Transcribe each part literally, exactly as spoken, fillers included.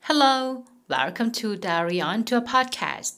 Hello, welcome to Diary On to a podcast.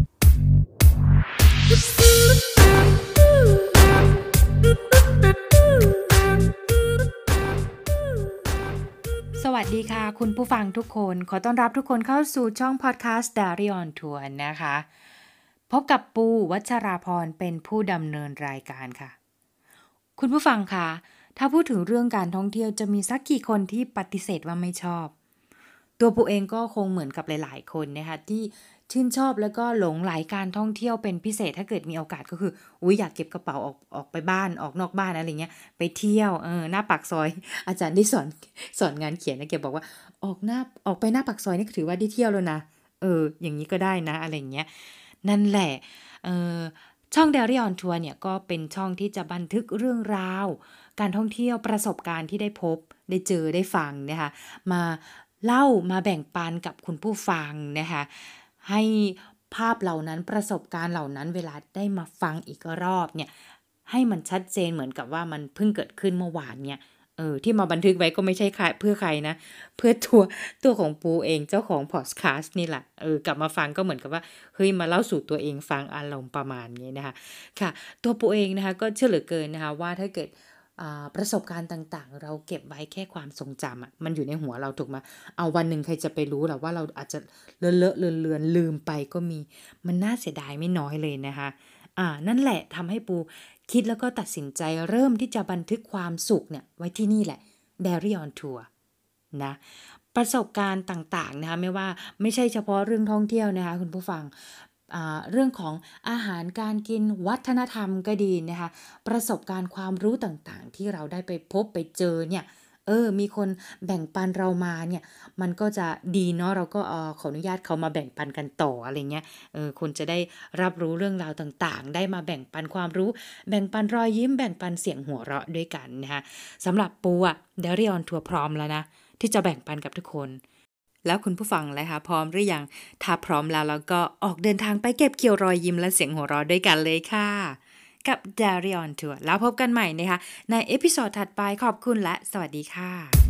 สวัสดีค่ะคุณผู้ฟังทุกคนขอต้อนรับทุกคนเข้าสู่ช่อง Podcast Diary On Tour นะคะพบกับปูวัชราพรเป็นผู้ดำเนินรายการค่ะคุณผู้ฟังคะถ้าพูดถึงเรื่องการท่องเที่ยวจะมีสักกี่คนที่ปฏิเสธว่าไม่ชอบตัวปูเองก็คงเหมือนกับหลายๆคนนะคะที่ชื่นชอบแล้วก็หลงใหลการท่องเที่ยวเป็นพิเศษถ้าเกิดมีโอกาสก็คืออุ๊ยอยากเก็บกระเป๋าออกออกไปบ้านออกนอกบ้านอะไรเงี้ยไปเที่ยวเออหน้าปากซอยอาจารย์ได้สอนสอนงานเขียนนะแกบอกว่าออกหน้าออกไปหน้าปากซอยนี่ถือว่าได้เที่ยวแล้วนะเอออย่างนี้ก็ได้นะอะไรเงี้ยนั่นแหละเออช่อง Diary on Tour เนี่ยก็เป็นช่องที่จะบันทึกเรื่องราวการท่องเที่ยวประสบการณ์ที่ได้พบได้เจอได้ฟังนะคะมาเล่ามาแบ่งปันกับคุณผู้ฟังนะคะให้ภาพเหล่านั้นประสบการณ์เหล่านั้นเวลาได้มาฟังอีกรอบเนี่ยให้มันชัดเจนเหมือนกับว่ามันเพิ่งเกิดขึ้นเมื่อวานเนี่ยเออที่มาบันทึกไว้ก็ไม่ใช่เพื่อใครนะเพื่อตัวตัวของปูเองเจ้าของพอดคาสต์นี่แหละเออกลับมาฟังก็เหมือนกับว่าเฮ้ยมาเล่าสู่ตัวเองฟังอารมณ์ประมาณนี้นะคะค่ะตัวปูเองนะคะก็เชื่อเหลือเกินนะคะว่าถ้าเกิดประสบการณ์ต่างๆเราเก็บไว้แค่ความทรงจำอ่ะมันอยู่ในหัวเราถูกไหมเอาวันหนึ่งใครจะไปรู้หรอว่าเราอาจจะเลอะเลอะเลือนเลือนลืมไปก็มีมันน่าเสียดายไม่น้อยเลยนะคะอ่านั่นแหละทำให้ปูคิดแล้วก็ตัดสินใจเริ่มที่จะบันทึกความสุขเนี่ยไว้ที่นี่แหละ Diary on Tour นะประสบการณ์ต่างๆนะคะไม่ว่าไม่ใช่เฉพาะเรื่องท่องเที่ยวนะคะคุณผู้ฟังเรื่องของอาหารการกินวัฒนธรรมก็ดีนะคะประสบการณ์ความรู้ต่างๆที่เราได้ไปพบไปเจอเนี่ยเออมีคนแบ่งปันเรามาเนี่ยมันก็จะดีเนาะเราก็เออขออนุญาตเขามาแบ่งปันกันต่ออะไรเงี้ยเออคนจะได้รับรู้เรื่องราวต่างๆได้มาแบ่งปันความรู้แบ่งปันรอยยิ้มแบ่งปันเสียงหัวเราะด้วยกันนะคะสำหรับปูอะ Diary on Tour พร้อมแล้วนะที่จะแบ่งปันกับทุกคนแล้วคุณผู้ฟังเลยค่ะพร้อมหรือยังถ้าพร้อมแล้วเราก็ออกเดินทางไปเก็บเกี่ยวรอยยิ้มและเสียงหัวเราะด้วยกันเลยค่ะกับ Diary on Tour แล้วพบกันใหม่นะคะในเอพิโซดถัดไปขอบคุณและสวัสดีค่ะ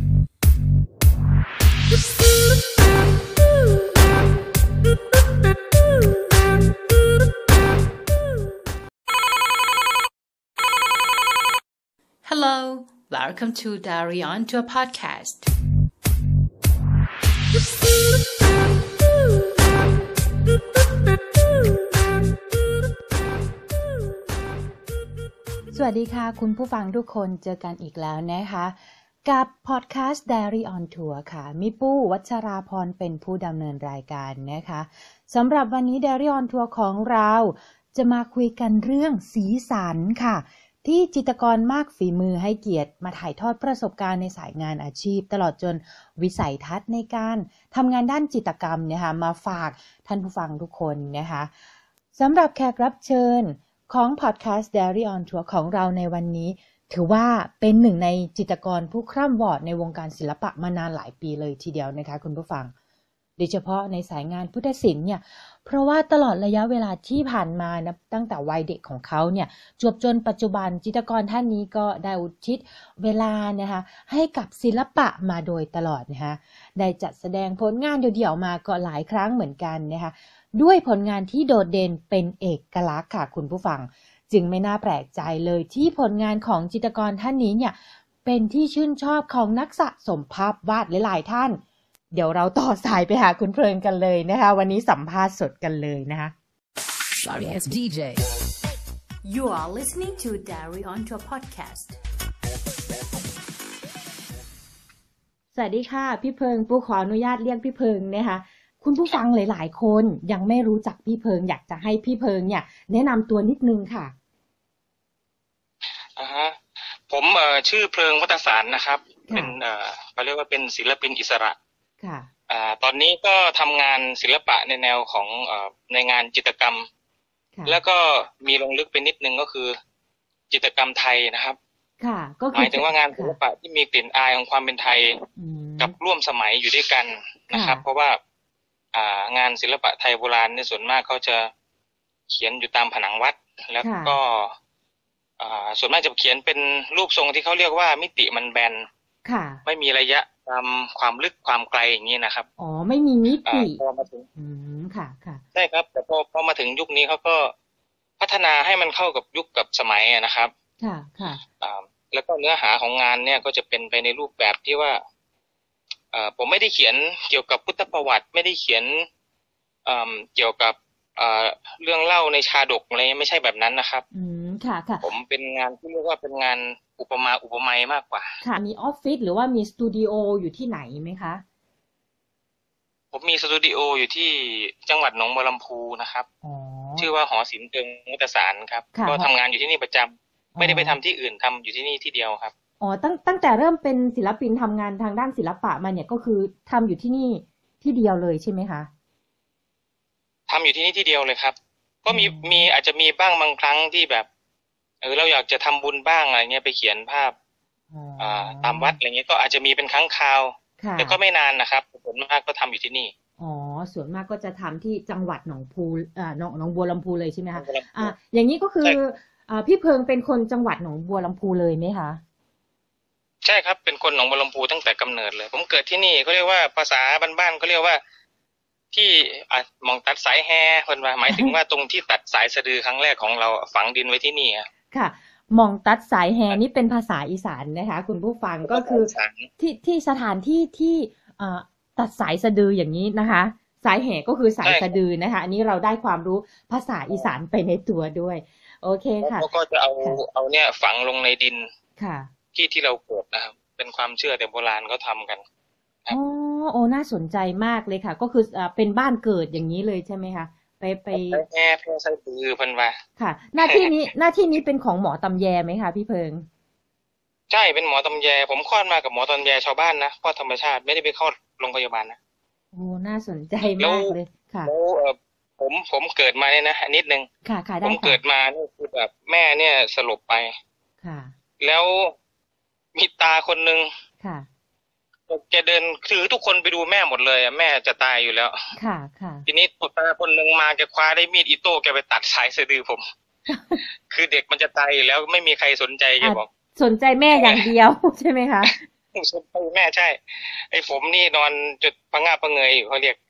Hello, welcome to Diary on Tour podcast.สวัสดีค่ะคุณผู้ฟังทุกคนเจอกันอีกแล้วนะคะกับพอดแคสต์ Diary on Tour ค่ะมีปูวัชราพรเป็นผู้ดำเนินรายการนะคะสำหรับวันนี้ Diary on Tour ของเราจะมาคุยกันเรื่องสีสันค่ะที่จิตรกรมากฝีมือให้เกียรติมาถ่ายทอดประสบการณ์ในสายงานอาชีพตลอดจนวิสัยทัศน์ในการทำงานด้านจิตรกรรมนะคะมาฝากท่านผู้ฟังทุกคนนะคะสำหรับแขกรับเชิญของ Podcast Diary on Tour ของเราในวันนี้ถือว่าเป็นหนึ่งในจิตรกรผู้คร่ำวอร์ดในวงการศิลปะมานานหลายปีเลยทีเดียวนะคะคุณผู้ฟังโดยเฉพาะในสายงานพุทธศิลป์เนี่ยเพราะว่าตลอดระยะเวลาที่ผ่านมานะตั้งแต่วัยเด็กของเขาเนี่ยจวบจนปัจจุบันจิตรกรท่านนี้ก็ได้อุทิศเวลานะคะให้กับศิลปะมาโดยตลอดนะคะได้จัดแสดงผลงานเดี่ยวๆมาก็หลายครั้งเหมือนกันนะคะด้วยผลงานที่โดดเด่นเป็นเอกลักษณ์ค่ะคุณผู้ฟังจึงไม่น่าแปลกใจเลยที่ผลงานของจิตรกรท่านนี้เนี่ยเป็นที่ชื่นชอบของนักสะสมภาพวาดหลายๆท่านเดี๋ยวเราต่อสายไปหาคุณเพลินกันเลยนะคะวันนี้สัมภาษณ์สดกันเลยนะคะ Sorry, it's ดี เจ You are listening to Diary on Tour podcast สวัสดีค่ะพี่เพิงปูขออนุญาตเรียกพี่เพิงนะคะคุณผู้ฟังหลายๆคนยังไม่รู้จักพี่เพิงอยากจะให้พี่เพิงเนี่ยแนะนำตัวนิดนึงค่ะอ่าฮะผมเอ่อชื่อเพลิงวัตสารนะครับเป็นเอ่อเขาเรียกว่าเป็นศิลปินอิสระค่ะอ่าตอนนี้ก็ทำงานศิลปะในแนวของเอ่อในงานจิตรกรรมแล้วก็มีลงลึกไปนิดนึงก็คือจิตรกรรมไทยนะครับค่ะก็หมายถึงว่างานศิลปะที่มีกลิ่นอายของความเป็นไทยกับร่วมสมัยอยู่ด้วยกันนะครับเพราะว่าอ่างานศิลปะไทยโบราณในส่วนมากเขาจะเขียนอยู่ตามผนังวัดแล้วก็อ่าส่วนมากจะเขียนเป็นรูปทรงที่เขาเรียกว่ามิติมันแบนไม่มีระยะความความลึกความไกลอย่างนี้นะครับอ๋อไม่มีมิติพอมาถึงอืมค่ะค่ะใช่ครับแต่พอพอมาถึงยุคนี้เขาก็พัฒนาให้มันเข้ากับยุคกับสมัยนะครับค่ะค่ะอ่าแล้วก็เนื้อหาของงานเนี่ยก็จะเป็นไปในรูปแบบที่ว่าเอ่อผมไม่ได้เขียนเกี่ยวกับพุทธประวัติไม่ได้เขียนเอ่อเกี่ยวกับเอ่อเรื่องเล่าในชาดกอะไรไม่ใช่แบบนั้นนะครับอืมค่ะค่ะผมเป็นงานที่เรียกว่าเป็นงานอุปมาอุปไมยมากกว่าค่ะมีออฟฟิศหรือว่ามีสตูดิโออยู่ที่ไหนไหมคะผมมีสตูดิโออยู่ที่จังหวัดหนองบัวลำพูนะครับชื่อว่าหอศิลป์เทิงมุตสารครับก็ทำงานอยู่ที่นี่ประจำไม่ได้ไปทำที่อื่นทำอยู่ที่นี่ที่เดียวครับอ๋อตั้งตั้งแต่เริ่มเป็นศิลปินทำงานทางด้านศิลปะมาเนี่ยก็คือทำอยู่ที่นี่ที่เดียวเลยใช่ไหมคะทำอยู่ที่นี่ที่เดียวเลยครับก็มีมีอาจจะมีบ้างบางครั้งที่แบบเออเราอยากจะทำบุญบ้างอะไรเงี้ยไปเขียนภาพอ่าตามวัดอะไรเงี้ยก็อาจจะมีเป็นครั้งคราวแต่ก็ไม่นานนะครับส่วนมากก็ทำอยู่ที่นี่อ๋อส่วนมากก็จะทำที่จังหวัดหนองพูอ่าหนองหนองบัวลำพูเลยใช่ไหมคะอ่าอย่างนี้ก็คืออ่าพี่เพิงเป็นคนจังหวัดหนองบัวลำพูเลยไหมคะใช่ครับเป็นคนหนองบัวลำพูตั้งแต่กำเนิดเลยผมเกิดที่นี่เขาเรียกว่าภาษาบ้านๆเขาเรียกว่าที่อ่ะมองตัดสายแฮเพิ่นว่าหมายถึงว่าตรงที่ตัดสายสะดือครั้งแรกของเราฝังดินไว้ที่นี่ค่ะมองตัดสายแฮนี่เป็นภาษาอีสานนะคะคุณผู้ฟังก็คือที่ที่สถานที่ที่อ่าตัดสายสะดืออย่างนี้นะคะสายแห่ก็คือสายสะดือนะคะอันนี้เราได้ความรู้ภาษาอีสานไปในตัวด้วยโอเคค่ะแล้วก็จะเอาเอาเนี่ยฝังลงในดินค่ะที่ที่เราเกิดนะครับเป็นความเชื่อแต่โบราณเขาทำกันอ๋อโอ้น่าสนใจมากเลยค่ะก็คืออ่าเป็นบ้านเกิดอย่างนี้เลยใช่ไหมคะไปไปแง่แพร่ไส้ดือเพิ่นว่าค่ะหน้าที่นี้หน้าที่นี้เป็นของหมอตำแยไหมคะพี่เพิงใช่เป็นหมอตำแยผมคลอดมากับหมอตำแยชาวบ้านนะคลอดธรรมชาติไม่ได้ไปเข้าโรงพยาบาลนะโอ้น่าสนใจมากเลยค่ะแล้วเออผมผมเกิดมาเนี่ยนะนิดนึงค่ะค่ะได้ผมเกิดมานี่คือแบบแม่เนี่ยสลบไปค่ะแล้วมีตาคนนึงค่ะแกเดินคือทุกคนไปดูแม่หมดเลยอ่ะแม่จะตายอยู่แล้วค่ะค่ะทีนี้ตาคนนึงมาแกคว้าได้มีดอิโต้แกไปตัดสายสะดือผมคือเด็กมันจะตายอยู่แล้วไม่มีใครสนใจแกบอกสนใจแม่อย่างเดียวใช่ไหมคะสนใจแม่ใช่ไอ้ผมนี่นอนจุดพังงาพังเงยอยู่เขาเรียก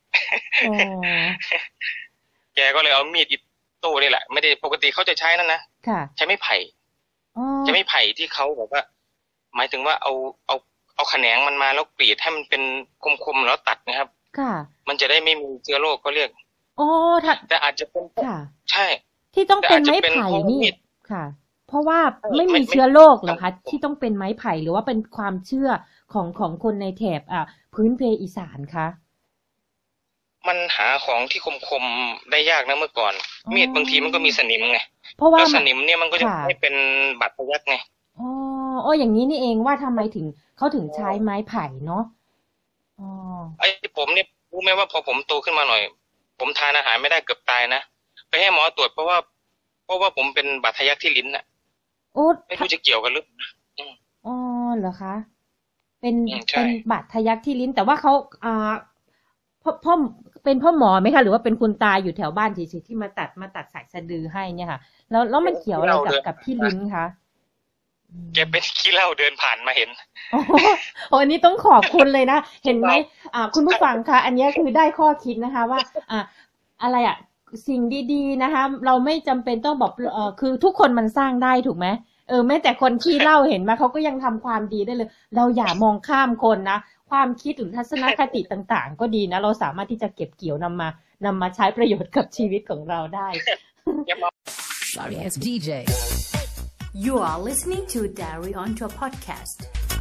แกก็เลยเอามีดอิโต้นี่แหละไม่ได้ปกติเขาจะใช้นั่นนะใช้ไม้ไผ่ใช้ไม้ไผ่ที่เขาแบบว่าหมายถึงว่าเอาเอาเอาแขนงมันมาแล้วกรีดให้มันเป็นคมๆแล้วตัดนะครับค่ะมันจะได้ไม่มีเชื้อโรคเขาเรียกอ๋อแต่อาจจะเป็นค่ะใช่ที่ต้องเป็นไม้ไผ่นี่ค่ะเพราะว่าไม่มีเชื้อโรคเหรอคะที่ต้องเป็นไม้ไผ่หรือว่าเป็นความเชื่อของของคนในแถบอ่ะพื้นเพอีสานคะมันหาของที่คมๆได้ยากนะเมื่อก่อนมีดบางทีมันก็มีสนิมไงเพราะว่าสนิมเนี่ยมันก็จะไม่เป็นบาดทะยักไงอ๋ออ๋ออย่างนี้นี่เองว่าทำไมถึงเขาถึงใช้ไม้ไผ่เนาะอ๋อไอ้ผมเนี่ยรู้ไหมว่าพอผมโตขึ้นมาหน่อยผมทานอาหารไม่ได้เกือบตายนะไปให้หมอตรวจเพราะว่าเพราะว่าผมเป็นบาดทะยักที่ลิ้นน่ะโอ้ไม่รู้จะเกี่ยวกันหรืออ๋อเหรอคะเป็นเป็นบาดทะยักที่ลิ้นแต่ว่าเขาอ่าพ่อพ่อเป็นพ่อหมอไหมคะหรือว่าเป็นคุณตาอยู่แถวบ้านเฉยๆที่มาตัดมาตัดสายสะดือให้เนี่ยค่ะแล้วแล้วมันเกี่ยวอะไรกับกับที่ลิ้นคะแกเป็นขี้เหล้าเดินผ่านมาเห็นโอ้โหอันนี้ต้องขอบคุณเลยนะเห็นไหมอ่าคุณผู้ฟังคะอันนี้คือได้ข้อคิดนะคะว่าอ่าอะไรอ่ะสิ่งดีๆนะคะเราไม่จำเป็นต้องบอกเออคือทุกคนมันสร้างได้ถูกไหมเออแม้แต่คนขี้เหล้าเห็นไหมเขาก็ยังทำความดีได้เลยเราอย่ามองข้ามคนนะความคิดหรือทัศนคติต่างๆก็ดีนะเราสามารถที่จะเก็บเกี่ยวนำมานำมาใช้ประโยชน์กับชีวิตของเราได้ Sorry, it's ดี เจ You are listening to Diary on Tour podcast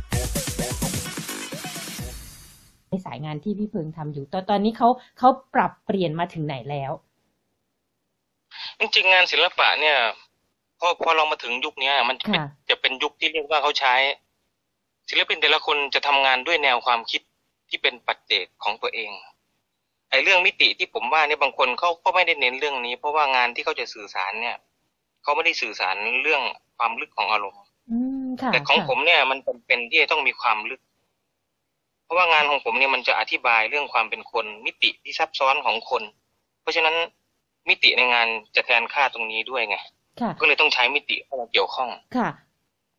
ในสายงานที่พี่เพิงทำอยู่ตอนตอนนี้เขาเขาปรับเปลี่ยนมาถึงไหนแล้วจริงๆงานศิลปะเนี่ยพอพอเรามาถึงยุคนี้มันจะเป็นยุคที่เรียกว่าเขาใช้ศิลปินแต่ละคนจะทำงานด้วยแนวความคิดที่เป็นปัจเจกของตัวเองไอ้เรื่องมิติที่ผมว่าเนี่ยบางคนเขาก็ไม่ได้เน้นเรื่องนี้เพราะว่างานที่เขาจะสื่อสารเนี่ยเขาไม่ได้สื่อสารเรื่องความลึกของอารมณ์แต่ของผมเนี่ยมันจำเป็นที่จะต้องมีความลึกเพราะว่างานของผมเนี่ยมันจะอธิบายเรื่องความเป็นคนมิติที่ซับซ้อนของคนเพราะฉะนั้นมิติในงานจะแทนค่าตรงนี้ด้วยไงก็เลยต้องใช้มิติเข้ามาเกี่ยวข้องค่ะ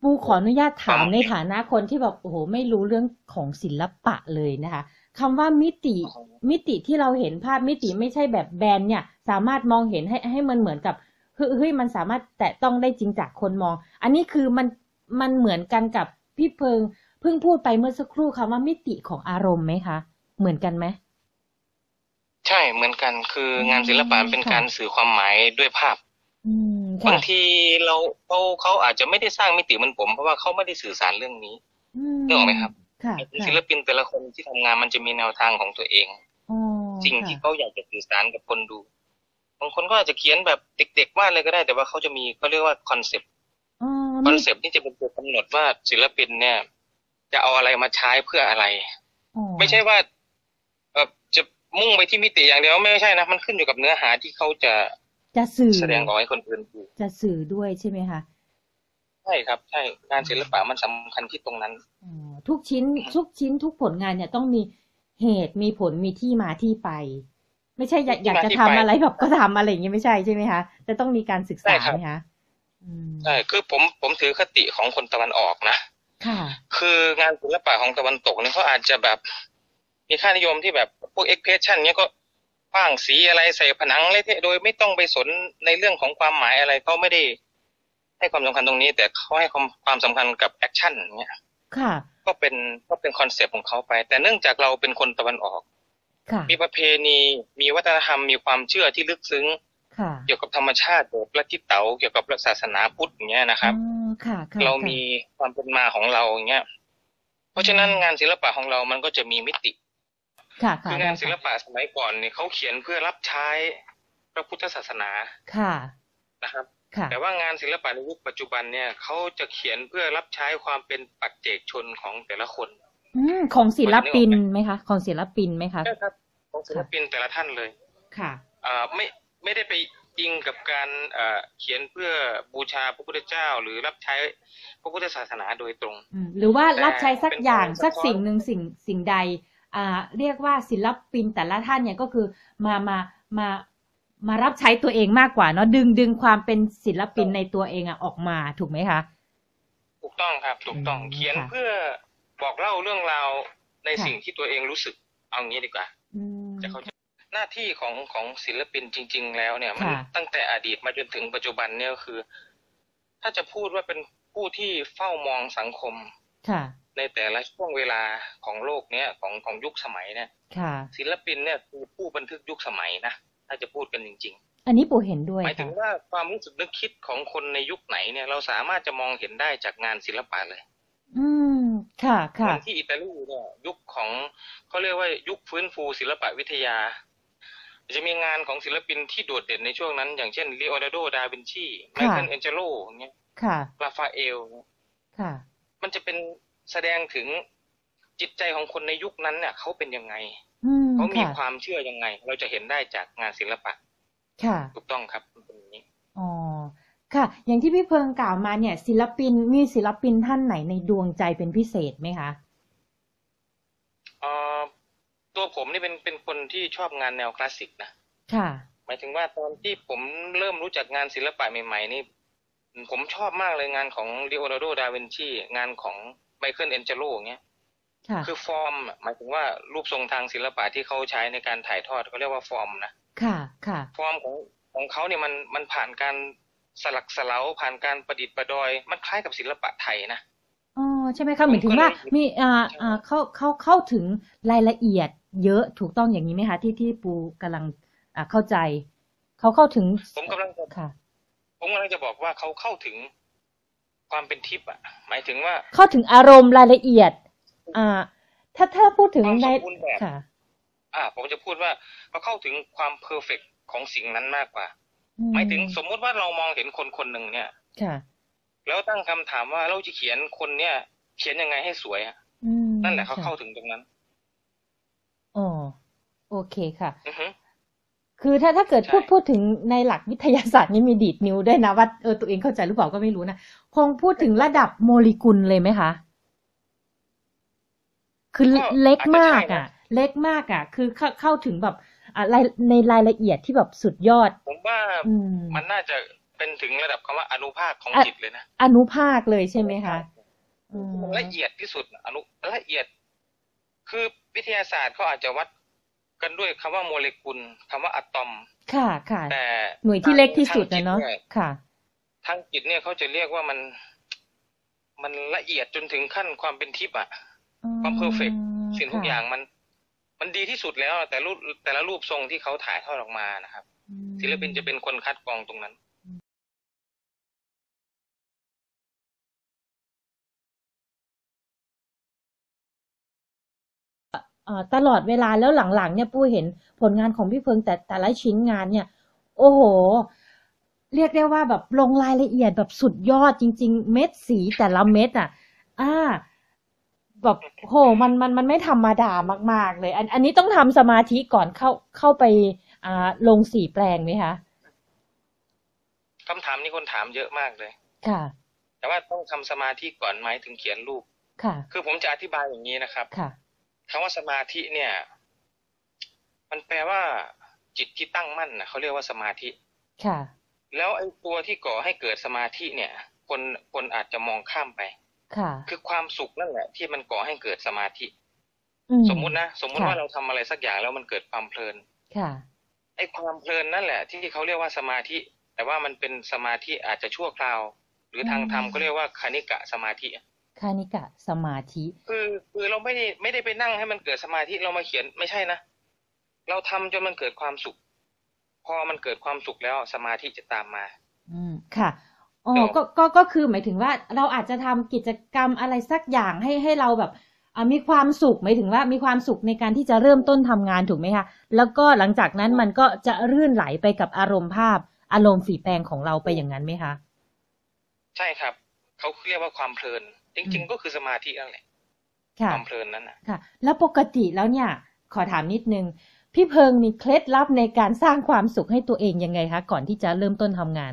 ปูขออนุญาตควาถาม มในฐานะคนที่แบบโอ้โหไม่รู้เรื่องของศิลปะเลยนะคะคำว่ามิติมิติที่เราเห็นภาพมิติไม่ใช่แบบแบนเนี่ย สามารถมองเห็นให้ให้มันเหมือนกับเฮ้ยเฮ้ยมันสามารถแตะต้องได้จริงจากคนมอง อันนี้คือมันมันเหมือนกันกับพี่เพิงเพิ่งพูดไปเมื่อสักครู่คำว่ามิติของอารมณ์ไหมคะเหมือนกันไหมใช่เหมือนกัน คืออืงานศิลปะมมันเป็นค่ะการสื่อความหมายด้วยภาพอืมบางค่ะทีเราเขาเขาอาจจะไม่ได้สร้างมิติเหมือนผม เพราะว่าเขาไม่ได้สื่อสารเรื่องนี้อืนึกออกไหมมครับค่ะหมายถึงค่ะศิลปินแต่ละคนที่ทำงานมันจะมีแนวทางของตัวเองอ๋อสิ่งค่ะที่เขาอยากจะสื่อสารกับคนดู บางคนก็อาจจะเขียนแบบเด็กๆวาดเลยก็ได้ แต่ว่าเขาจะมีเขาเรียกว่าคอนเซปต์อ๋อคอมีนเซปต์นี่จะเป็นตัวกำหนดว่าศิลปินเนี่ย จะเอาอะไรมาใช้เพื่ออะไรอ๋อไม่ใช่ว่าเอ่อจะมุ่งไปที่มิติอย่างเดียวไม่ใช่นะ มันขึ้นอยู่กับเนื้อหาที่เขาจะจะสื่อแสดงออกให้คนอื่นดูจะสื่อด้วยใช่ไหมคะใช่ครับ ใช่ งานศิลปะมันสำคัญที่ตรงนั้นอ๋อทุกชิ้นทุกชิ้นทุกผลงานเนี่ยต้องมีเหตุมีผลมีที่มาที่ไป ไม่ใช่อยากอที่ยากมาจะที่ทำไปอะไรแบบก็ทำอะไรอย่างเงี้ยไม่ใช่ใช่ไหมคะแต่ต้องมีการศึกใช่ษาครับไหมคะอืมใช่ คือผมผมถือคติของคนตะวันออกนะค่ะคืองานศิลปะของตะวันตกเนี่ยเขาอาจจะแบบ มีค่านิยมที่แบบพวกเอ็กเพรสชันเนี้ยก็ขว้างสีอะไรใส่ผนังเละเทะโดยไม่ต้องไปสนในเรื่องของความหมายอะไรเขาไม่ได้ให้ความสำคัญตรงนี้ แต่เขาให้ความความสำคัญกับแอคชั่นเนี้ยค่ะก็เป็นก็เป็นคอนเซปต์ของเขาไป แต่เนื่องจากเราเป็นคนตะวันออกค่ะมีประเพณีมีวัฒนธรรมมีความเชื่อที่ลึกซึ้งค่ะเกี่ยวกับธรรมชาติเกี่ยวกับลัทธิเต๋าเกี่ยวกับศาสนาพุทธอย่างเงี้ยนะครับอ๋อค่ะค่ะเราค่ะมีความเป็นมาของเราอย่างเงี้ย เพราะฉะนั้นงานศิลปะของเรามันก็จะมีมิติค่ะคืค่ะองาได้นศิลค่ะปะสมัยก่อนเนี่ยเขาเขียนเพื่อรับใช้พระพุทธศาสนาค่ะนะครับค่ะแต่ว่างานศิลปะในยุคปัจจุบันเนี่ยเขาจะเขียนเพื่อรับใช้ความเป็นปัจเจกชนของแต่ละคนอืมของศิลปินพอจะนึกออกไหมไหมคะของศิลปินไหมคะใช่ครับของศิลปินแต่ละท่านเลยค่ะอ่าไม่ไม่ได้ไปอิงกับการเอ่อเขียนเพื่อบูชาพระพุทธเจ้า หรือรับใช้พระพุทธศาสนาโดยตรงอืมหรือว่าแต่รับใช้สักเป็นอย่างการสักสะท้อนสิ่งหนึ่งสิ่งสิ่งใด อ่า เรียกว่าศิลปินแต่ละท่านเนี่ยก็คือมามามามารับใช้ตัวเองมากกว่าเนาะดึงดึงความเป็นศิลปินในตัวเองอะออกมาถูกไหมคะถูกต้องครับถูกต้องอืมเขียนค่ะเพื่อบอกเล่าเรื่องราวในค่ะสิ่งที่ตัวเองรู้สึกเอางี้ดีกว่าอืมจะเข้าใจหน้าที่ของของศิลปินจริง ๆ แล้วเนี่ยมันค่ะตั้งแต่อดีตมาจนถึงปัจจุบันเนี่ยก็คือ ถ้าจะพูดว่าเป็นผู้ที่เฝ้ามองสังคมค่ะในแต่ละช่วงเวลาของโลกเนี้ยของของยุคสมัยเนี่ยค่ะศิลปินเนี่ยคือผู้บันทึกยุคสมัยนะถ้าจะพูดกันจริงอันนี้ปู่เห็นด้วยๆ หมายถึค่ะงว่าความรู้สึกนึกคิดของคนในยุคไหนเนี่ยเราสามารถจะมองเห็นได้จากงานศิลปะเลยอืมค่ะเหค่ะมือนที่อิตาลีเนี่ยยุคของเขาเรียกว่ายุคฟื้นฟูศิลปะวิทยา จะมีงานของศิลปินที่โดดเด่นในช่วงนั้น อย่างเช่นลีโอนาร์โด ดาวินชีไมค่ะเคิลแองเจโลเนี่ยค่ะราฟาเอลค่ะมันจะเป็นแสดงถึงจิตใจของคนในยุคนั้นเนี่ยเขาเป็นยังไงอืมเขามีค่ะความเชื่อยังไง เราจะเห็นได้จากงานศิลปะค่ะถูกต้องครับมันเป็นอย่างนี้อ๋อ ค่ะ อย่างที่พี่เพิงกล่าวมาเนี่ย ศิลปินมีศิลปินท่านไหนในดวงใจเป็นพิเศษไหมคะเอ่อตัวผมนี่เป็นเป็นคนที่ชอบงานแนวคลาสสิกนะค่ะหมายถึงว่าตอนที่ผมเริ่มรู้จักงานศิลปะใหม่ๆนี่ผมชอบมากเลยงานของลีโอนาร์โด ดาวินชีงานของไมเคิลแองเจโลอย่างเงี้ยค่ะคือฟอร์มอะหมายถึงว่ารูปทรงทางศิลปะที่เขาใช้ในการถ่ายทอดเขาเรียกว่าฟอร์มนะค่ะ ค่ะฟอร์มของของเขาเนี่ยมันมันผ่านการสลักสเลาผ่านการประดิษฐ์ประดอย มันคล้ายกับศิลปะไทยนะอ๋อ ใช่ไหมคะเหมือนถึงว่ามีอ่าอ่าเข้าเข้าเข้าถึงรายละเอียดเยอะถูกต้องอย่างนี้ไหมคะที่ที่ปูกำลังอ่าเข้าใจ เขาเข้าถึงผมกำลังจะค่ะผมกำลังจะบอกว่าเขาเข้าถึงความเป็นทิพย์อ่ะ หมายถึงว่าเข้าถึงอารมณ์รายละเอียด อ่า ถ้าถ้าพูดถึงความในสมบูรณ์แบบค่ะอ่า ผมจะพูดว่าเขาเข้าถึงความเพอร์เฟกต์ของสิ่งนั้นมากกว่าอืหมายถึงสมมุติว่าเรามองเห็นคนคนหนึ่งเนี่ยค่ะแล้วตั้งคำถามว่าเราจะเขียนคนเนี่ย เขียนยังไงให้สวยอะอืมนั่นแหละเขาค่เข้าถึงตรงนั้นอ๋อโอเคค่ะอือฮึคือถ้าถ้าเกิดใช่พูดพูดถึงในหลักวิทยาศาสตร์นี่มีดีดนิ้วด้วยนะว่าเออตัวเองเข้าใจหรือเปล่าก็ไม่รู้นะคงพูดถึงระดับโมเลกุลเลยไหมคะ คือเล็กมากอ่ะ เล็กมากอ่ะ คือเข้าเข้าถึงแบบอ่ารายในรายละเอียดที่แบบสุดยอดผมว่าอืมมันน่าจะไปเป็นถึงระดับคำว่าอนุภาคของอะจิตเลยนะอนุภาคเลยใช่ไหมคะอืมมันละเอียดที่สุดอนุละเอียด คือวิทยาศาสตร์เขาอาจจะวัดกันด้วยคำว่าโมเลกุลคำว่าอะตอมค่ะค่ะแต่หน่วยที่เล็กที่สุดทางจินะตเนาะเนี่ยค่ะทางจิตเนี่ยเขาจะเรียกว่ามัน มันละเอียดจนถึงขั้นความเป็นทิพย์อะความเพอร์เฟกต์สิ่งทุกอย่างมัน มันดีที่สุดแล้ว แต่รูปแต่ละรูปทรงที่เขาถ่ายทอดออกมานะครับ ศิลปินจะเป็นคนคัดกรองตรงนั้นเอ่อตลอดเวลาแล้วหลังๆเนี่ยปุ้ยเห็นผลงานของพี่เพิงแต่แต่ละชิ้นงานเนี่ย โอ้โห เรียกได้ว่าแบบลงรายละเอียดแบบสุดยอดจริง ๆ เม็ดสีแต่ละเม็ดอ่ะ อ่า แบบโหมันมันมันไม่ธรรมดามากๆเลย อันอันนี้ต้องทำสมาธิก่อนเข้าเข้าไปอ่าลงสีแปลงไหมคะคำถามนี้คนถามเยอะมากเลยค่ะแต่ว่าต้องทำสมาธิก่อนไหมถึงเขียนรูปค่ะคือผมจะอธิบายอย่างนี้นะครับค่ะคำว่าสมาธิเนี่ย มันแปลว่าจิตที่ตั้งมั่นนะเขาเรียกว่าสมาธิค่ะแล้วไอ้ตัวที่ก่อให้เกิดสมาธิเนี่ย คนคนอาจจะมองข้ามไปค่ะคือความสุขนั่นแหละที่มันก่อให้เกิดสมาธิอืมสมมุตินะสมมุติค่ะว่าเราทำอะไรสักอย่างแล้วมันเกิดความเพลินค่ะไอ้ความเพลินนั่นแหละ ที่เขาเรียกว่าสมาธิ แต่ว่ามันเป็นสมาธิอาจจะชั่วคราว หรือทางธรรมก็เรียกว่าคณิกะสมาธิคานิกะสมาธิคือคือเราไม่ได้ไม่ได้ไปนั่งให้มันเกิดสมาธิเรามาเขียนไม่ใช่นะเราทำจนมันเกิดความสุข พอมันเกิดความสุขแล้วสมาธิจะตามมาอืมค่ะอ๋อเดี๋ยวก็ก็ก็คือหมายถึงว่าเราอาจจะทำกิจกรรมอะไรสักอย่างให้ให้เราแบบอ่ามีความสุขหมายถึงว่ามีความสุขในการที่จะเริ่มต้นทำงานถูกไหมคะแล้วก็หลังจากนั้นมันก็จะรื่นไหลไปกับอารมณ์ภาพ อารมณ์ฝีแปรงของเราไปอย่างนั้นไหมคะใช่ครับเขาเรียกว่าความเพลิน จริง ๆ ก็คือสมาธินั่นแหละค่ะความเพลินนั้นนะค่ะ แล้วปกติแล้วเนี่ย ขอถามนิดนึงพี่เพิงมีเคล็ดลับในการสร้างความสุขให้ตัวเองยังไงคะก่อนที่จะเริ่มต้นทำงาน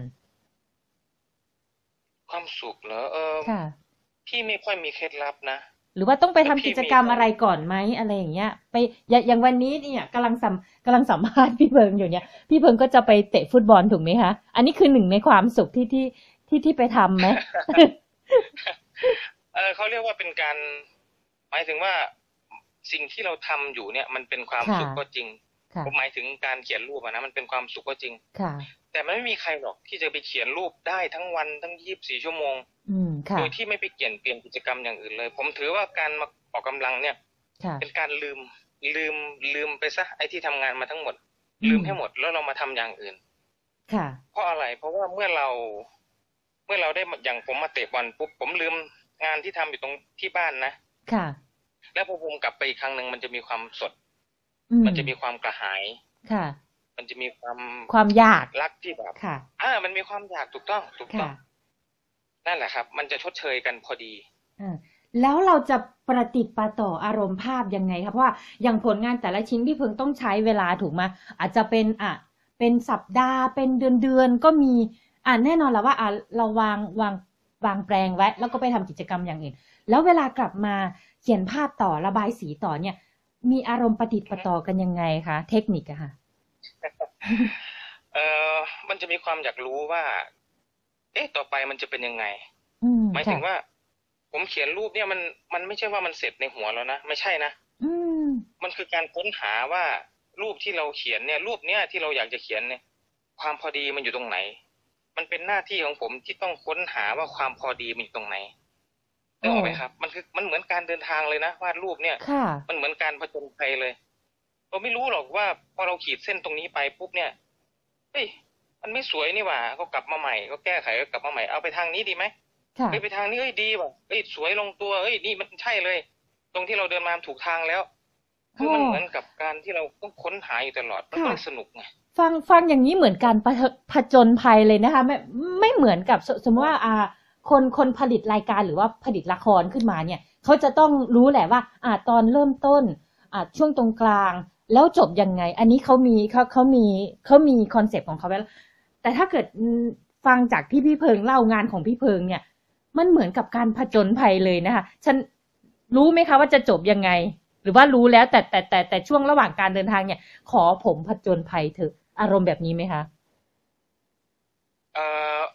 ความสุขเหรอเออค่ะพี่ไม่ค่อยมีเคล็ดลับนะหรือว่าต้องไปทำพี่กิจกรรมมีอะไรก่อนไหมอะไรอย่างเงี้ย ไปอย่างอย่างวันนี้เนี่ยกำลังสัมกำลังสัมภาษณ์พี่เพิงอยู่เนี่ย พี่เพิงก็จะไปเตะฟุตบอลถูกไหมคะ อันนี้คือหนึ่งในความสุขที่ที่ที่ที่ไปทำไหมเออเขาเรียกว่าเป็นการ หมายถึงว่าสิ่งที่เราทำอยู่เนี่ย มันเป็นความค่ะสุขก็จริงค่ะผมหมายถึงการเขียนรูปอะนะมันเป็นความสุขก็จริงค่ะแต่มันไม่มีใครหรอกที่จะไปเขียนรูปได้ทั้งวันทั้งยี่สิบสี่ชั่วโมงอืมค่ะโดยที่ไม่ไปเปลี่ยนเปลี่ยนกิจกรรมอย่างอื่นเลย ผมถือว่าการมาออกกำลังเนี่ยค่ะเป็นการลืมลืมลืมไปซะไอ้ที่ทำงานมาทั้งหมดอืมลืมให้หมดแล้วเรามาทำอย่างอื่นค่ะเพราะอะไร เพราะว่าเมื่อเรา เมื่อเราได้มาอย่างผมมาเตะบอลปุ๊บผมลืมงานที่ทำอยู่ตรงที่บ้านนะค่ะแล้วพอผมกลับไปอีกครั้งหนึ่งมันจะมีความสดอืมมันจะมีความกระหายค่ะมันจะมีความความอยากรักที่แบบค่ะอ่ามันมีความอยากถูกต้องถูกต้อค่ะงนั่นแหละครับ มันจะชดเชยกันพอดีอ่าแล้วเราจะประติดประต่ออารมณ์ภาพยังไงครับเพราะว่าอย่างผลงานแต่ละชิ้นพี่เพิงต้องใช้เวลาถูกไหมอาจจะเป็นอ่ะเป็นสัปดาห์เป็นเดือนเดือนก็มีอ่ะแน่นอนแล้วว่าอ่ะเราวางวางวางแปลงไว้ แล้วก็ไปทำกิจกรรมอย่างอื่น แล้วเวลากลับมาเขียนภาพต่อระบายสีต่อเนี่ย มีอารมณ์ประติดประต่อกันยังไงคะเทคนิคอะค่ะเอ่อมันจะมีความอยากรู้ว่า เอ๊ะต่อไปมันจะเป็นยังไงอืมหมายถึงค่ะว่า ผมเขียนรูปเนี่ยมันมันไม่ใช่ว่ามันเสร็จในหัวแล้วนะไม่ใช่นะอืมมันคือการค้นหาว่ารูปที่เราเขียนเนี่ย รูปเนี้ยที่เราอยากจะเขียนเนี่ย ความพอดีมันอยู่ตรงไหน มันเป็นหน้าที่ของผมที่ต้องค้นหาว่าความพอดีมันอยู่ตรงไหนนึกออกไหมครับ มันคือมันเหมือนการเดินทางเลยนะวาดรูปเนี่ยค่ะมันเหมือนการผจญภัยเลย เราไม่รู้หรอกว่าพอเราขีดเส้นตรงนี้ไปปุ๊บเนี่ยเฮ้ยมันไม่สวยนี่หว่าก็กลับมาใหม่ก็แก้ไขก็กลับมาใหม่เอาไปทางนี้ดีไหมค่ะเฮ้ยไปทางนี้เฮ้ยดีว่ะเฮ้ยสวยลงตัวเฮ้ยนี่มันใช่เลย ตรงที่เราเดินมาถูกทางแล้วคือมันโอ้เหมือนกับการที่เราต้องค้นหาอยู่ตลอดมันก็ค่ะเลยสนุกไงฟังฟังอย่างนี้เหมือนการประผจญภัยเลยนะคะไม่ไม่เหมือนกับสสมมติว่าอ่าคนคนผลิตรายการหรือว่าผลิตละครขึ้นมาเนี่ยเขาจะต้องรู้แหละว่า อ่าตอนเริ่มต้นอ่าช่วงตรงกลาง แล้วจบยังไง อันนี้เขามีเขาเขามีเขามีคอนเซปต์ของเขาไว้แล้วแต่ถ้าเกิดอืมฟังจากที่พี่เพิงเล่างานของพี่เพิงเนี่ย มันเหมือนกับการผจญภัยเลยนะคะฉันรู้ไหมคะว่าจะจบยังไง หรือว่ารู้แล้วแต่แต่แต่แต่ช่วงระหว่างการเดินทางเนี่ย ขอผมผจญภัยเถอะอารมณ์แบบนี้ไหมคะเอ่อ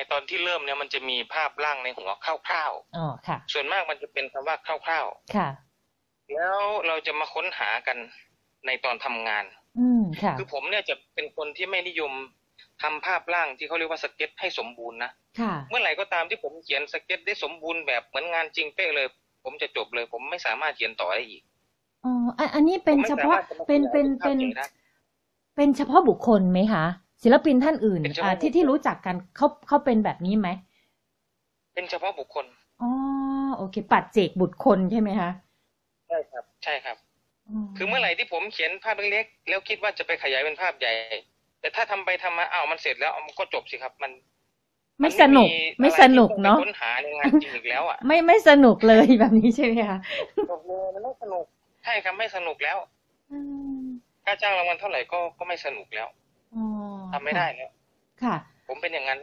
ตอนที่เริ่มเนี่ยมันจะมีภาพร่างในหัวคร่าวอ๋อค่ะๆส่วนมากมันจะเป็นคำว่าคร่าวค่ะๆแล้วเราจะมาค้นหากันในตอนทำงานอืมค่ะคือผมเนี่ยจะเป็นคนที่ไม่นิยมทำภาพร่างที่เขาเรียกว่าสเก็ตให้สมบูรณ์นะค่ะเมื่อไหร่ก็ตามที่ผมเขียนสเก็ตได้สมบูรณ์แบบเหมือนงานจริงเป๊ะเลย ผมจะจบเลย ผมไม่สามารถเขียนต่อได้อีกอ๋ออันอันนี้เป็นผมไม่เฉพาะสามารถจะมาเป็น เป็นขยายเป็นภาพเขียนได้เป็นเฉพาะบุคคลไหมคะ ศิลปินท่านอื่นเป็นเฉพาะอ่าที่บุคคลที่รู้จักกันเขาเขาเป็นแบบนี้ไหมเป็นเฉพาะบุคคลอ๋อ โอเค ปัจเจกบุคคลใช่ไหมคะใช่ครับ ใช่ครับอ๋อคือเมื่อไหร่ที่ผมเขียนภาพเล็กๆแล้วคิดว่าจะไปขยายเป็นภาพใหญ่ แต่ถ้าทำไปทำมาอ้าวมันเสร็จแล้วเอามันก็จบสิครับ มันไม่สนุก ไม่สนุกเนาะมัไม่มีอะไรที่ต้องไปค้นหาในงานจริงอีกแล้วอ่ะไม่ไม่สนุกเลยแบบนี้ใช่ไหมคะจบเลยมันไม่สนุก ใช่ครับไม่สนุกแล้วอืมค่าจ้างรางวัลเท่าไหร่ก็ก็ไม่สนุกแล้วอ๋อทำไม่ได้แล้วค่ะผมเป็นอย่างนั้น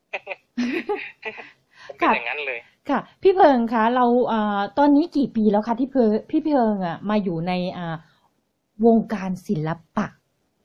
ผมเป็นค่ะอย่างนั้นเลยค่ะ พี่เพิงคะเราอ่าตอนนี้กี่ปีแล้วคะที่เพิงพี่เพิงอ่ะมาอยู่ในอ่าวงการศิลปะ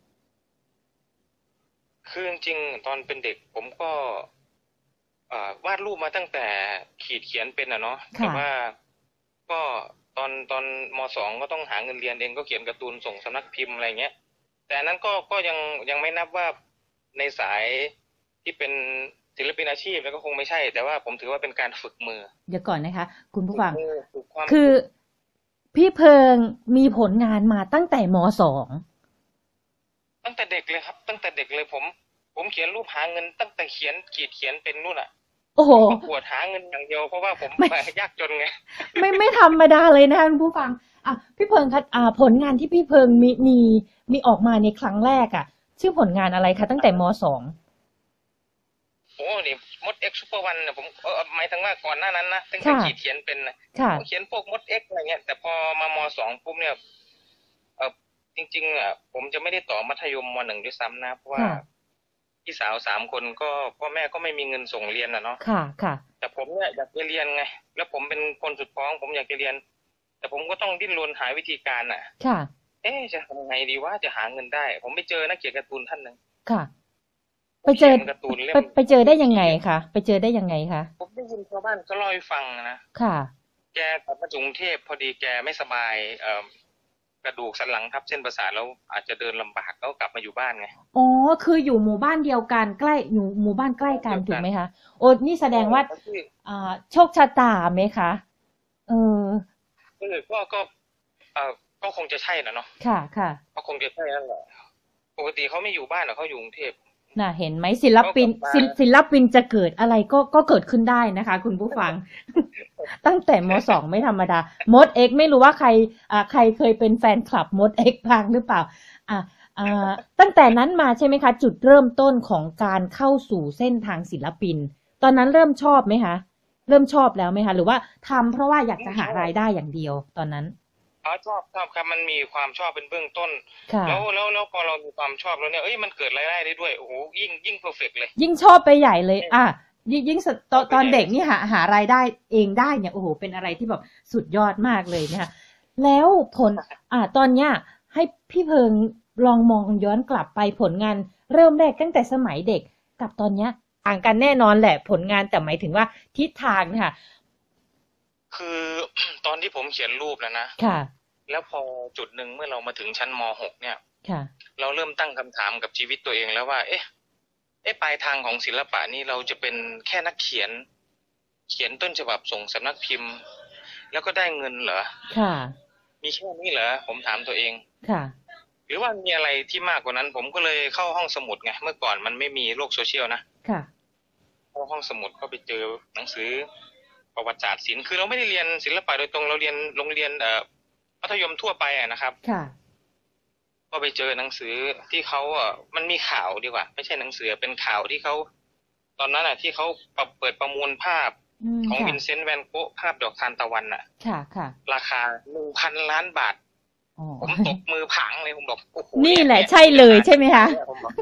คือจริงๆตอนเป็นเด็กผมก็เอ่อวาดรูปมาตั้งแต่ขีดเขียนเป็นอ่ะเนาะค่ะแต่ว่าก็ตอนตอนมสองก็ต้องหาเงินเรียนเองก็เขียนการ์ตูนส่งสำนักพิมพ์อะไรเงี้ย แต่อันนั้นก็ก็ยังยังไม่นับว่าในสายที่เป็นศิลปินอาชีพแล้วก็คงไม่ใช่ แต่ว่าผมถือว่าเป็นการฝึกมือเดี๋ยวก่อนนะคะ คุณผู้ฝึกฟังมือฝึกความคือพี่เพิงมีผลงานมาตั้งแต่มสองตั้งแต่เด็กเลยครับ ตั้งแต่เด็กเลยผม ผมเขียนรูปหาเงินตั้งแต่เขียนขีดเขียนเป็นนู่นอ่ะโอ้โหประกวดหาเงินอย่างเดียวเพราะว่าผมไม่ยากจนไงไม่ไม่ธรรมดาเลยนะคะคุณผู้ฟังอ่ะพี่เพิงคะอ่าผลงานที่พี่เพิงมีมีมีออกมาในครั้งแรกอ่ะ ชื่อผลงานอะไรคะตั้งแต่มสองโอ้นี่มดเอ็กซ์ซูเปอร์วันเนี่ยผมเออหมายถึงว่าก่อนหน้านั้นนะตั้งแต่ค่ะขีดเขียนเป็นนะค่ะผมเขียนพวกมดเอ็กซ์อะไรเงี้ยแต่พอมามสองปุ๊บเนี่ยเออจริงๆอ่ะผมจะไม่ได้ต่อมัธยมมหนึ่งด้วยซ้ำนะเพราะว่าค่ะพี่สาวสามคนก็พ่อแม่ก็ไม่มีเงินส่งเรียนอ่ะเนาะค่ะค่ะแต่ผมเนี่ยอยากจะเรียนไง แล้วผมเป็นคนสุดท้อง ผมอยากจะเรียน แต่ผมก็ต้องดิ้นรนหาวิธีการอ่ะค่ะเอ๊ะจะทำไงดีว่าจะหาเงินได้ ผมไปเจอนักเขียนการ์ตูนท่านหนึ่งค่ะ ไปเจอขียนการ์ตูนเล่ไปมไปเจอได้ยังไงคะไปเจอได้ยังไงคะผมได้ยินชาวบ้านก็เล่าให้ฟังนะค่ะแกกลับมาจากกรุงเทพพอดีแกไม่สบายเอ่อกระดูกสันหลังทับเส้นประสาทแล้วอาจจะเดินลำบากก็กลับมาอยู่บ้านไงอ๋อคืออยู่หมู่บ้านเดียวกันใกล้อยู่หมู่บ้านใกล้กันถูกไหมคะโอ้นี่แสดงว่าอ่าโชคชะตาไหมคะเออเออก็ก็เอ่อก็คงจะใช่นะเนาะค่ะค่ะก็คงจะใช่นั่นแหละปกติเขาไม่อยู่บ้านหรอกเขาอยู่กรุงเทพน่ะเห็นไหมศิลปินเขากลับมาศิลศิลปินจะเกิดอะไรก็ก็เกิดขึ้นได้นะคะ คุณผู้ฟัง ตั้งแต่มสองไม่ธรรมดามดเอ็กไม่รู้ว่าใครอ่าใครเคยเป็นแฟนคลับมดเอ็กบ้างหรือเปล่าอ่าอ่าตั้งแต่นั้นมาใช่ไหมคะ จุดเริ่มต้นของการเข้าสู่เส้นทางศิลปิน ตอนนั้นเริ่มชอบไหมคะเริ่มชอบแล้วไหมคะหรือว่าทำเพราะว่าอยากจะหารายได้อย่างเดียวตอนนั้นอ๋อชอบชอบครับมันมีความชอบเป็นเบื้องต้นค่ะแล้วแล้วแล้วพอเรามีความชอบแล้วเนี่ยเอ้ยมันเกิดรายได้ได้ด้วยโอ้โหยิ่งยิ่งเพอร์เฟกต์เลยยิ่งชอบไปใหญ่เลย อ่ะยิ่งยิ่งสตอนชอบไปตอนใหญ่เด็กนี่หาหารายได้เองได้เนี่ย โอ้โห เป็นอะไรที่แบบสุดยอดมากเลยนะคะแล้วผล อ่ะตอนเนี้ยให้พี่เพิงลองมองย้อนกลับไปผลงานเริ่มแรกตั้งแต่สมัยเด็ก กับตอนเนี้ยต่างกันแน่นอนแหละผลงานแต่หมายถึงว่าทิศทางเนะคะคือ ตอนที่ผมเขียนรูปแล้วนะค่ะแล้วพอจุดหนึ่งเมื่อเรามาถึงชั้นม หก เนี่ยค่ะเราเริ่มตั้งคำถามกับชีวิตตัวเองแล้วว่า เอ๊ะ เอ๊ะปลายทางของศิลปะนี่เราจะเป็นแค่นักเขียน เขียนต้นฉบับส่งสำนักพิมพ์ แล้วก็ได้เงินเหรอค่ะมีแค่นี้เหรอผมถามตัวเองค่ะหรือว่ามีอะไรที่มากกว่านั้น ผมก็เลยเข้าห้องสมุดไงเมื่อก่อนมันไม่มีโลกโซเชียลนะค่ะเข้าห้องสมุดก็ไปเจอหนังสือประวัติศาสตร์ศิลป์คือเราไม่ได้เรียนศิลปะโดยตรงเราเรียนโรงเรียนเอ่อมัธยมทั่วไปอะนะครับค่ะก็ไปเจอหนังสือที่เขาเอ่อมันมีข่าวดีกว่า ไม่ใช่หนังสือเป็นข่าวที่เขาตอนนั้นอ่ะที่เขาเปิดประมูลภาพอืมของค่ะวินเซนต์แวนโกะภาพดอกทานตะวันอ่ะค่ะ ค่ะราคาหนึ่งพันล้านบาทอ๋อผมตบมือผางเลยผมบอกโอ้โหนี่แหละใช่เลยใช่ไหมคะผมบอก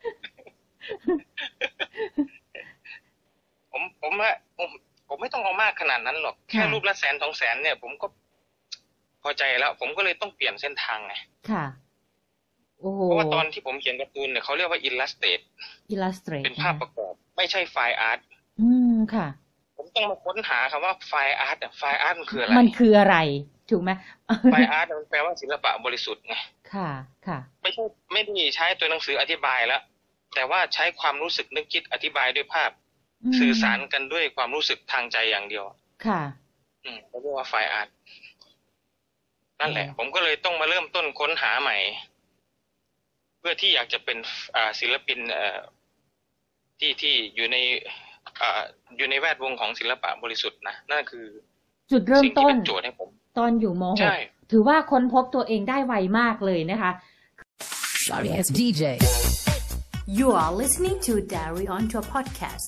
ผมผมว่าผมผมไม่ต้องเอามากขนาดนั้นหรอกแค่รูปละแสนสองแสนเนี่ย ผมก็พอใจแล้ว ผมก็เลยต้องเปลี่ยนเส้นทางไงค่ะ โอ้โหเพราะว่าตอนที่ผมเขียนการ์ตูนเนี่ยเขาเรียกว่า illustrate อิลลัสเตรตเป็นภาพประกอบไม่ใช่ไฟล์อาร์ตอืมค่ะผมต้องมาค้นหาคำว่าไฟล์อาร์ตไฟล์อาร์ตมันคืออะไรมันคืออะไรถูกไหมไฟล์อาร์ตมันแปลว่าศิลปะบริสุทธิ์ไงค่ะค่ะไม่ใช่ไม่ได้ใช้ตัวหนังสืออธิบายแล้วแต่ว่าใช้ความรู้สึกนึกคิดอธิบายด้วยภาพสื่อสารกันด้วยความรู้สึกทางใจอย่างเดียวค่ะอืมเรียกว่าไฟล์อาร์ตนั่นแหละผมก็เลยต้องมาเริ่มต้นค้นหาใหม่เพื่อที่อยากจะเป็นอ่าศิลปินเอ่อที่ที่อยู่ในอ่าอยู่ในแวดวงของศิลปะบริสุทธิ์นะนั่นคือจุดเริ่มต้นโจทย์ให้ผมตอนอยู่ม .หก ถือว่าค้นพบตัวเองได้ไวมากเลยนะคะ Sorry as ดี เจ You are listening to Diary on Tour podcast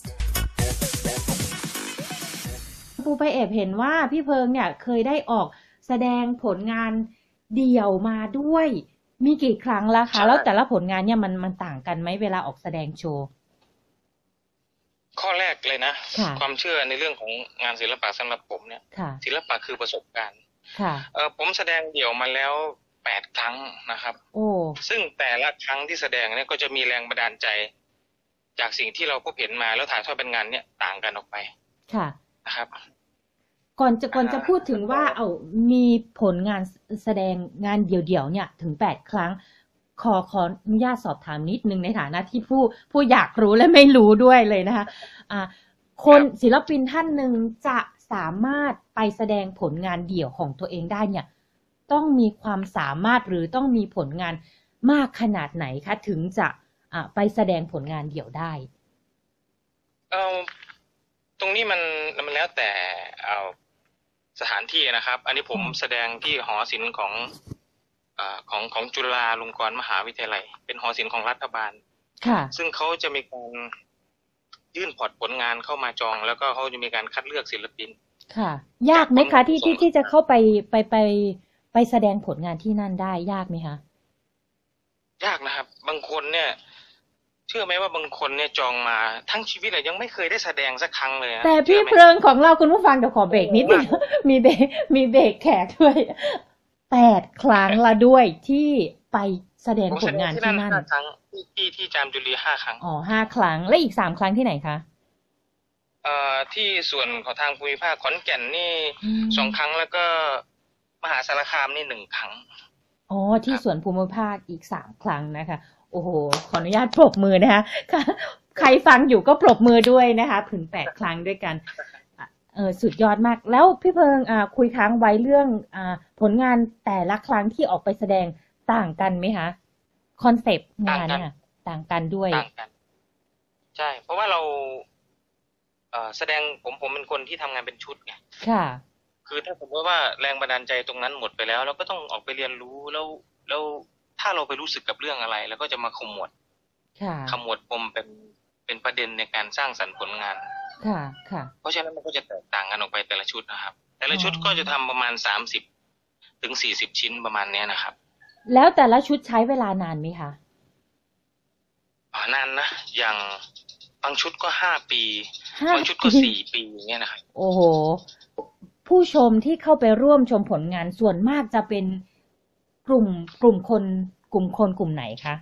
ปูไปแอบเห็นว่าพี่เพิงเนี่ยเคยได้ออกแสดงผลงานเดี่ยวมาด้วยมีกี่ครั้งแล้วคะแล้วแต่ละผลงานเนี่ยมันมันต่างกันไหมเวลาออกแสดงโชว์ข้อแรกเลยนะความเชื่อในเรื่องของงานศิลปะสำหรับผมเนี่ยศิลปะคือประสบการณ์เออผมแสดงเดี่ยวมาแล้วแปดครั้งนะครับโอ้ซึ่งแต่ละครั้งที่แสดงเนี่ยก็จะมีแรงบันดาลใจจากสิ่งที่เราพบเห็นมาแล้วถ่ายทอดเป็นงานเนี่ยต่างกันออกไปค่ะนะครับก่อนจะก่อนจะพูดถึงว่าเอามีผลงานแสดงงานเดี่ยวๆเนี่ยถึงแปดครั้งขอขออนุญาตสอบถามนิดนึงในฐานะที่ผู้ผู้อยากรู้และไม่รู้ด้วยเลยนะคะอ่าคนศิลปินท่านหนึ่งจะสามารถไปแสดงผลงานเดี่ยวของตัวเองได้เนี่ยต้องมีความสามารถหรือต้องมีผลงานมากขนาดไหนคะถึงจะอ่าไปแสดงผลงานเดี่ยวได้เอ่อตรงนี้มันมันแล้วแต่เอ่อสถานที่นะครับอันนี้ผมแสดงที่หอศิลป์ของอ่าของของจุฬาลงกรณ์มหาวิทยาลัยเป็นหอศิลป์ของรัฐบาลค่ะซึ่งเขาจะมีการยื่นพอร์ตผลงานเข้ามาจองแล้วก็เขาจะมีการคัดเลือกศิลปินค่ะยากไหมคะที่ที่ที่จะเข้าไปไปไปไปแสดงผลงานที่นั่นได้ยากไหมคะยากนะครับบางคนเนี่ยเชื่อไหมว่าบางคนเนี่ยจองมาทั้งชีวิตเลยยังไม่เคยได้แสดงสักครั้งเลยแต่พี่เพลิงของเราคุณผู้ฟังเดี๋ยวขอเบรกนิดนึงมีเบรกมีเบรกแขกด้วยแปดครั้งละด้วยที่ไปแสดงผลงานที่นั่นห้าครั้งที่ที่จามจุลีห้าครั้งอ๋อห้าครั้งและอีกสามครั้งที่ไหนคะเอ่อที่ส่วนของทางภูมิภาคขอนแก่นนี่สองครั้งแล้วก็มหาสารคามนี่หนึ่งครั้งอ๋อที่ส่วนภูมิภาคอีกสามครั้งนะคะโอ้โหขออนุญาตปรบมือนะคะใครฟังอยู่ก็ปรบมือด้วยนะคะถึงแปดครั้งด้วยกันเออสุดยอดมากแล้วพี่เพิงอ่าคุยค้างไว้เรื่องอ่าผลงานแต่ละครั้งที่ออกไปแสดงต่างกันไหมคะคอนเซปต์งานเนี่ยต่างกันด้วยต่างกันใช่เพราะว่าเราเอ่อแสดงผมผมเป็นคนที่ทำงานเป็นชุดไงค่ะคือถ้าสมมติว่าแรงบันดาลใจตรงนั้นหมดไปแล้วเราก็ต้องออกไปเรียนรู้แล้วแล้วถ้าเราไปรู้สึกกับเรื่องอะไรแล้วก็จะมาขมวดขมวดปมเป็นเป็นประเด็นในการสร้างสรรค์ผลงานค่ะค่ะเพราะฉะนั้นมันก็จะแตกต่างกันออกไปแต่ละชุดนะครับแต่ละชุดก็จะทำประมาณสามสิบถึงสี่สิบชิ้นประมาณนี้นะครับแล้วแต่ละชุดใช้เวลานานไหมคะอ๋อนานนะอย่างบางชุดก็ห้าปีบางชุดก็สี่ปีอย่างเงี้ยนะครับโอ้โหผู้ชมที่เข้าไปร่วมชมผลงานส่วนมากจะเป็นกลุ่มกลุ่มคนกลุ่มคนกลุ่มไหนคะ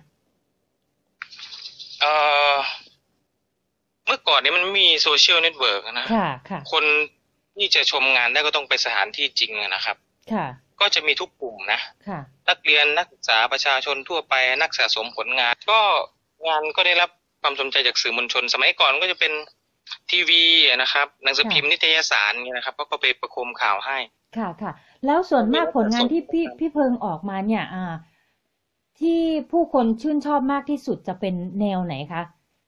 เอ่อเมื่อก่อนนี้มันมีโซเชียลเน็ตเวิร์กนะค่ะค่ะคนที่จะชมงานได้ก็ต้องไปสถานที่จริงนะครับค่ะก็จะมีทุกกลุ่มนะค่ะนักเรียนนักศึกษาประชาชนทั่วไปนักสะสมผลงานก็งานก็ได้รับความสนใจจากสื่อมวลชนสมัยก่อนก็จะเป็นทีวีนะครับหนังสือพิมพ์นิตยสารเงี้ยนะครับก็ไปประโคมข่าวให้ค่ะค่ะแล้วส่วนมากผลงานที่พี่พี่เพิงออกมาเนี่ยอ่าที่ผู้คนชื่นชอบมากที่สุดจะเป็นแนวไหนคะ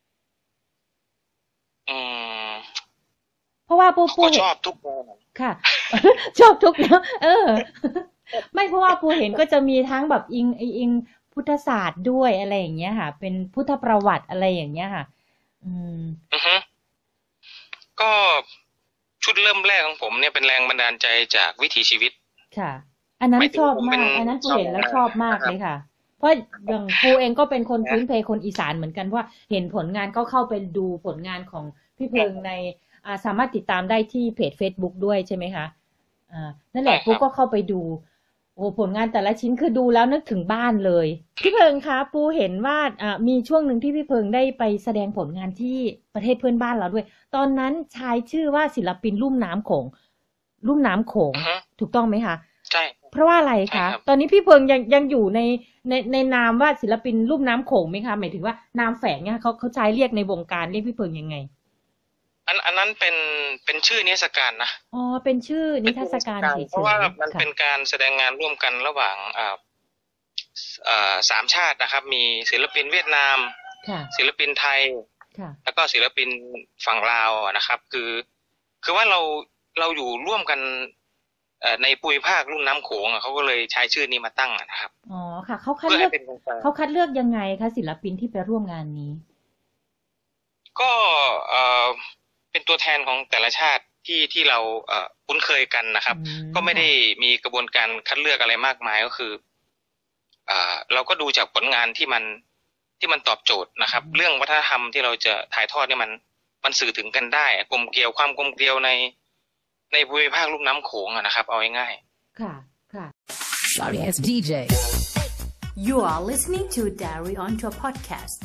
อืมเพราะว่าปูปูชอบทุกแนวค่ะชอบทุกแนวเออไม่เพราะว่าปูเห็นก็จะมีทั้งแบบอิงอิงพุทธศาสตร์ด้วยอะไรอย่างเงี้ยค่ะเป็นพุทธประวัติอะไรอย่างเงี้ยค่ะอืมอือฮึก็ชุดเริ่มแรกของผมเนี่ยเป็นแรงบันดาลใจจากวิถีชีวิตค่ะอันนั้นชอบมากอันนั้นปูเห็นแล้วชอบมากเลยค่ะเพราะอย่างปูเองก็เป็นคนพื้นเพคนอีสานเหมือนกันว่าเห็นผลงานก็เข้าไปดูผลงานของพี่เพิงในอ่าสามารถติดตามได้ที่เพจ Facebook ด้วยใช่ไหมคะอ่านั่นแหละปูก็เข้าไปดูโอ้ผลงานแต่ละชิ้นคือดูแล้วนึกถึงบ้านเลยพี่เพิงคะปูเห็นว่าอ่ามีช่วงหนึ่งที่พี่เพิงได้ไปแสดงผลงานที่ประเทศเพื่อนบ้านเราด้วยตอนนั้นใช้ชื่อว่าศิลปินลุ่มน้ำโขงลุ่มน้ำโขงถูกต้องไหมคะใช่เพราะว่าอะไรคะตอนนี้พี่เพิงยังยังอยู่ในในในนามว่าศิลปินลุ่มน้ำโขงไหมคะหมายถึงว่านามแฝงเนี่ยเขาเขาใช้เรียกในวงการเรียกพี่เพิงยังไงอันอันนั้นเป็นเป็นชื่อนิทรรศการนะอ๋อเป็นชื่อนิทรรศการเฉยๆเพราะว่ามันเป็นการแสดงงานร่วมกันระหว่างอ่าอ่าสามชาตินะครับมีศิลปินเวียดนามศิลปินไทยแล้วก็ศิลปินฝั่งลาวนะครับคือคือว่าเราเราอยู่ร่วมกันในภูมิภาคลุ่มน้ำโขงเขาก็เลยใช้ชื่อนี้มาตั้งนะครับอ๋อค่ะเขาคัดเลือกเขาคัดเลือกยังไงคะศิลปินที่ไปร่วมงานนี้ก็เอ่อเป็นตัวแทนของแต่ละชาติที่ที่เราเอ่อคุ้นเคยกันนะครับก็ไม่ได้มีกระบวนการคัดเลือกอะไรมากมายก็คือเอ่อเราก็ดูจากผลงานที่มันที่มันตอบโจทย์นะครับเรื่องวัฒนธรรมที่เราจะถ่ายทอดเนี่ยมันมันสื่อถึงกันได้กลมเกลียวความกลมเกลียวในในภูมิภาคลุ่มน้ำโขงนะครับเอาง่ายๆค่ะค่ะ Sorry as ดี เจ You are listening to Diary on Tour podcast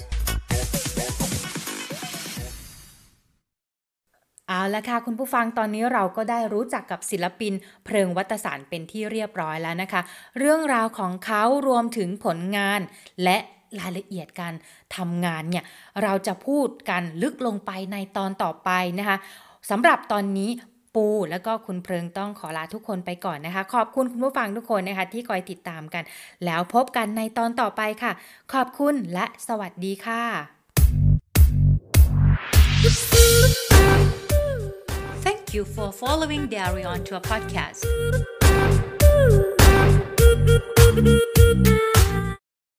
เอาละค่ะคุณผู้ฟังตอนนี้เราก็ได้รู้จักกับศิลปินเพลิงวัตสารเป็นที่เรียบร้อยแล้วนะคะเรื่องราวของเขารวมถึงผลงานและรายละเอียดการทำงานเนี่ยเราจะพูดกันลึกลงไปในตอนต่อไปนะคะสำหรับตอนนี้ปูแล้วก็คุณเพลิงต้องขอลาทุกคนไปก่อนนะคะขอบคุณคุณผู้ฟังทุกคนนะคะที่คอยติดตามกันแล้วพบกันในตอนต่อไปค่ะขอบคุณและสวัสดีค่ะ Thank you for following Diary on Tour podcast